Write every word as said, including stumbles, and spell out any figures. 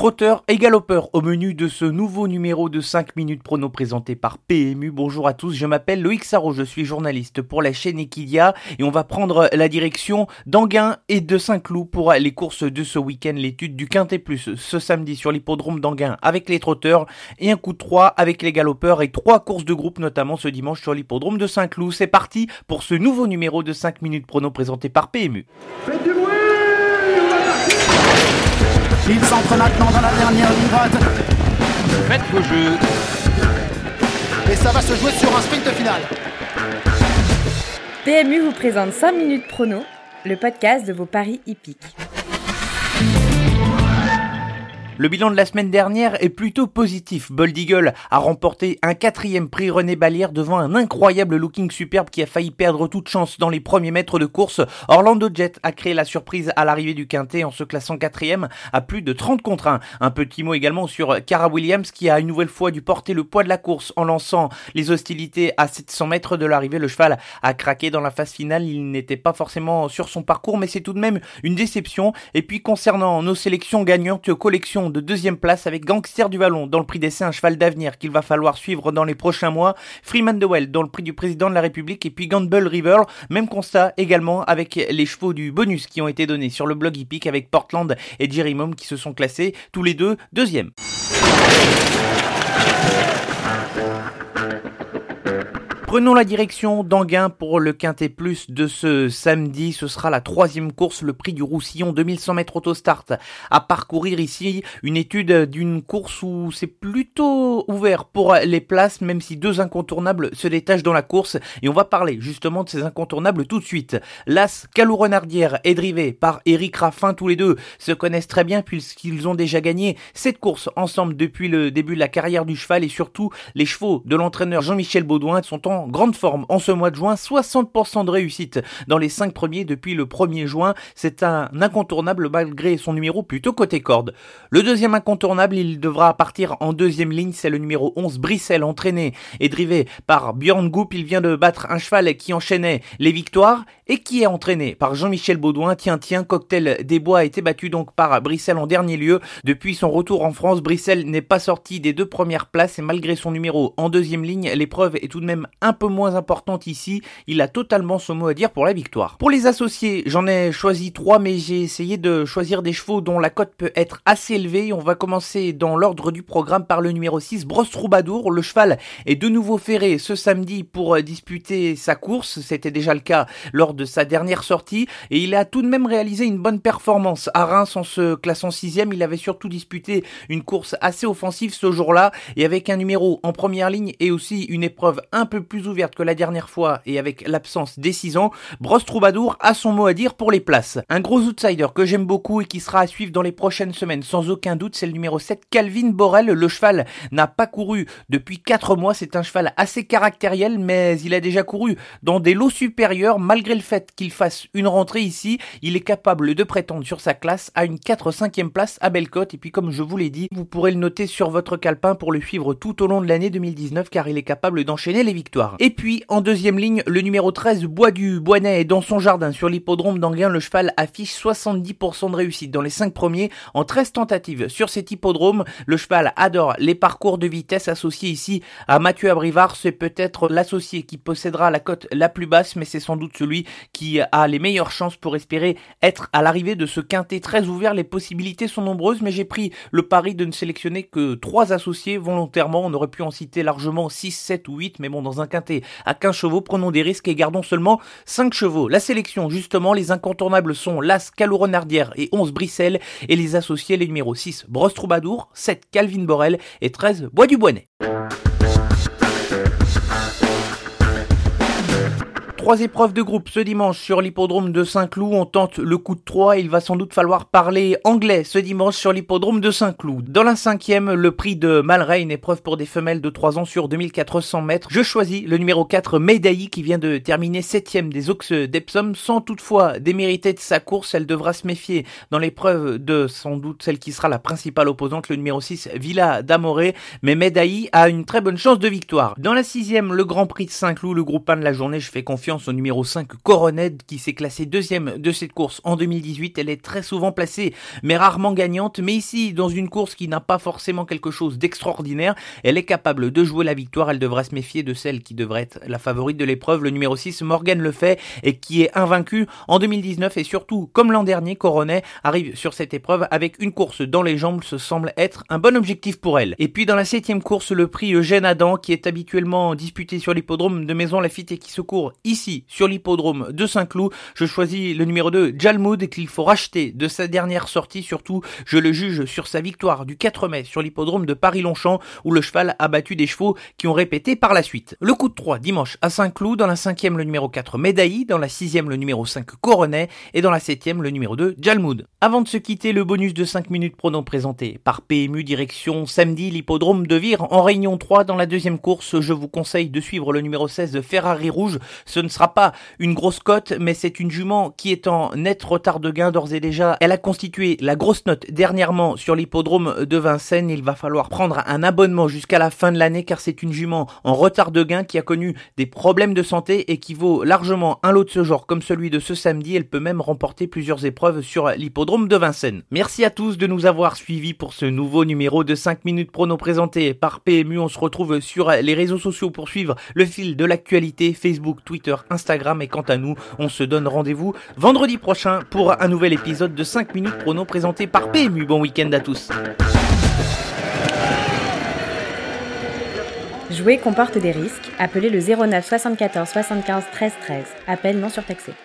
Trotteurs et galopeurs au menu de ce nouveau numéro de cinq minutes prono présenté par P M U. Bonjour à tous, je m'appelle Loïc Sarro, je suis journaliste pour la chaîne Equidia et on va prendre la direction d'Enghien et de Saint-Cloud pour les courses de ce week-end. L'étude du Quintet Plus ce samedi sur l'hippodrome d'Enghien avec les trotteurs et un coup de trois avec les galopeurs et trois courses de groupe notamment ce dimanche sur l'hippodrome de Saint-Cloud. C'est parti pour ce nouveau numéro de cinq minutes prono présenté par P M U. Faites du bruit, on va partir. Il s'entre maintenant dans la dernière ligne droite. Faites vos jeux. Et ça va se jouer sur un sprint final. P M U vous présente cinq minutes prono, le podcast de vos paris hippiques. Le bilan de la semaine dernière est plutôt positif. Bold Eagle a remporté un quatrième prix René Ballière devant un incroyable Looking Superbe qui a failli perdre toute chance dans les premiers mètres de course. Orlando Jet a créé la surprise à l'arrivée du Quintet en se classant quatrième à plus de trente contre un. Un petit mot également sur Cara Williams qui a une nouvelle fois dû porter le poids de la course en lançant les hostilités à sept cents mètres de l'arrivée. Le cheval a craqué dans la phase finale. Il n'était pas forcément sur son parcours mais c'est tout de même une déception. Et puis concernant nos sélections gagnantes, collection de deuxième place avec Gangster du Vallon dans le prix d'essai, un cheval d'avenir qu'il va falloir suivre dans les prochains mois, Freeman de Well dans le prix du président de la République et puis Gamble River, même constat également avec les chevaux du bonus qui ont été donnés sur le blog hippique avec Portland et Jerry Mom qui se sont classés tous les deux deuxième. Prenons la direction d'Enghien pour le Quintet Plus de ce samedi. Ce sera la troisième course, le prix du Roussillon, deux mille cent mètres autostart. À parcourir ici, une étude d'une course où c'est plutôt ouvert pour les places, même si deux incontournables se détachent dans la course. Et on va parler justement de ces incontournables tout de suite. L'As Calou Renardière est drivé par Éric Raffin. Tous les deux se connaissent très bien puisqu'ils ont déjà gagné cette course ensemble depuis le début de la carrière du cheval. Et surtout, les chevaux de l'entraîneur Jean-Michel Baudouin sont en grande forme en ce mois de juin, soixante pour cent de réussite dans les cinq premiers depuis le premier juin. C'est un incontournable malgré son numéro plutôt côté corde. Le deuxième incontournable, il devra partir en deuxième ligne, c'est le numéro onze, Brissel, entraîné et drivé par Björn Goop. Il vient de battre un cheval qui enchaînait les victoires et qui est entraîné par Jean-Michel Baudouin. Tiens, tiens, Cocktail des Bois a été battu donc par Brissel en dernier lieu. Depuis son retour en France, Brissel n'est pas sorti des deux premières places et malgré son numéro en deuxième ligne, l'épreuve est tout de même un peu moins importante ici. Il a totalement son mot à dire pour la victoire. Pour les associés, j'en ai choisi trois, mais j'ai essayé de choisir des chevaux dont la cote peut être assez élevée. On va commencer dans l'ordre du programme par le numéro six, Brosse Troubadour. Le cheval est de nouveau ferré ce samedi pour disputer sa course. C'était déjà le cas lors de sa dernière sortie et il a tout de même réalisé une bonne performance à Reims en se classant sixième. Il avait surtout disputé une course assez offensive ce jour-là et avec un numéro en première ligne et aussi une épreuve un peu plus ouverte que la dernière fois et avec l'absence des six ans, Brosse Troubadour a son mot à dire pour les places. Un gros outsider que j'aime beaucoup et qui sera à suivre dans les prochaines semaines sans aucun doute, c'est le numéro sept, Calvin Borel. Le cheval n'a pas couru depuis quatre mois, c'est un cheval assez caractériel mais il a déjà couru dans des lots supérieurs. Malgré le fait qu'il fasse une rentrée ici, il est capable de prétendre sur sa classe à une quatre cinquième place à belle cote et puis comme je vous l'ai dit, vous pourrez le noter sur votre calepin pour le suivre tout au long de l'année deux mille dix-neuf car il est capable d'enchaîner les victoires. Et puis en deuxième ligne, le numéro treize, Bois du Boisnet est dans son jardin sur l'hippodrome d'Enghien. Le cheval affiche soixante-dix pour cent de réussite dans les cinq premiers en treize tentatives sur cet hippodrome. Le cheval adore les parcours de vitesse associés ici à Mathieu Abrivard. C'est peut-être l'associé qui possédera la cote la plus basse mais c'est sans doute celui qui a les meilleures chances pour espérer être à l'arrivée de ce quintet très ouvert. Les possibilités sont nombreuses mais j'ai pris le pari de ne sélectionner que trois associés volontairement. On aurait pu en citer largement six, sept ou huit mais bon, dans un quintet à quinze chevaux, prenons des risques et gardons seulement cinq chevaux. La sélection, justement, les incontournables sont l'As Calou Renardière et onze Brissel et les associés, les numéros six Brosse Troubadour, sept Calvin Borel et treize Bois du Boisnet. Trois épreuves de groupe ce dimanche sur l'hippodrome de Saint-Cloud. On tente le coup de trois. Il va sans doute falloir parler anglais ce dimanche sur l'hippodrome de Saint-Cloud. Dans la cinquième, le prix de Malray, une épreuve pour des femelles de trois ans sur deux mille quatre cents mètres. Je choisis le numéro quatre, Medailly, qui vient de terminer septième des Oaks d'Epsom. Sans toutefois démériter de sa course, elle devra se méfier dans l'épreuve de sans doute celle qui sera la principale opposante, le numéro six, Villa d'Amoré. Mais Medailly a une très bonne chance de victoire. Dans la sixième, le Grand Prix de Saint-Cloud, le groupe un de la journée, je fais confiance confiance au numéro cinq Coronet qui s'est classée deuxième de cette course en deux mille dix-huit. Elle est très souvent placée mais rarement gagnante, mais ici dans une course qui n'a pas forcément quelque chose d'extraordinaire, elle est capable de jouer la victoire. Elle devrait se méfier de celle qui devrait être la favorite de l'épreuve, le numéro six Morgan Le Fay, et qui est invaincu en deux mille dix-neuf, et surtout comme l'an dernier, Coronet arrive sur cette épreuve avec une course dans les jambes. Ce semble être un bon objectif pour elle. Et puis dans la septième course, le prix Eugène Adam qui est habituellement disputé sur l'hippodrome de Maison Lafitte et qui se court ici sur l'hippodrome de Saint-Cloud. Je choisis le numéro deux Jalmoud qu'il faut racheter de sa dernière sortie. Surtout je le juge sur sa victoire du quatre mai sur l'hippodrome de Paris-Longchamp où le cheval a battu des chevaux qui ont répété par la suite. Le coup de trois dimanche à Saint-Cloud, dans la cinquième le numéro quatre Médailly, dans la sixième le numéro cinq Coronet et dans la septième le numéro deux Jalmoud. Avant de se quitter, le bonus de cinq minutes prono présenté par P M U direction samedi l'hippodrome de Vire en Réunion trois. Dans la deuxième course, je vous conseille de suivre le numéro seize Ferrari Rouge. Ce ne sera pas une grosse cote, mais c'est une jument qui est en net retard de gain d'ores et déjà. Elle a constitué la grosse note dernièrement sur l'hippodrome de Vincennes. Il va falloir prendre un abonnement jusqu'à la fin de l'année car c'est une jument en retard de gain qui a connu des problèmes de santé et qui vaut largement un lot de ce genre comme celui de ce samedi. Elle peut même remporter plusieurs épreuves sur l'hippodrome de Vincennes. Merci à tous de nous avoir suivis pour ce nouveau numéro de cinq minutes prono présenté par P M U. On se retrouve sur les réseaux sociaux pour suivre le fil de l'actualité, Facebook, Twitter, Instagram, et quant à nous, on se donne rendez-vous vendredi prochain pour un nouvel épisode de cinq minutes prono présenté par P M U. Bon week-end à tous. Jouer comporte des risques. Appelez le zéro neuf soixante-quatorze soixante-quinze treize treize. Appel non surtaxé.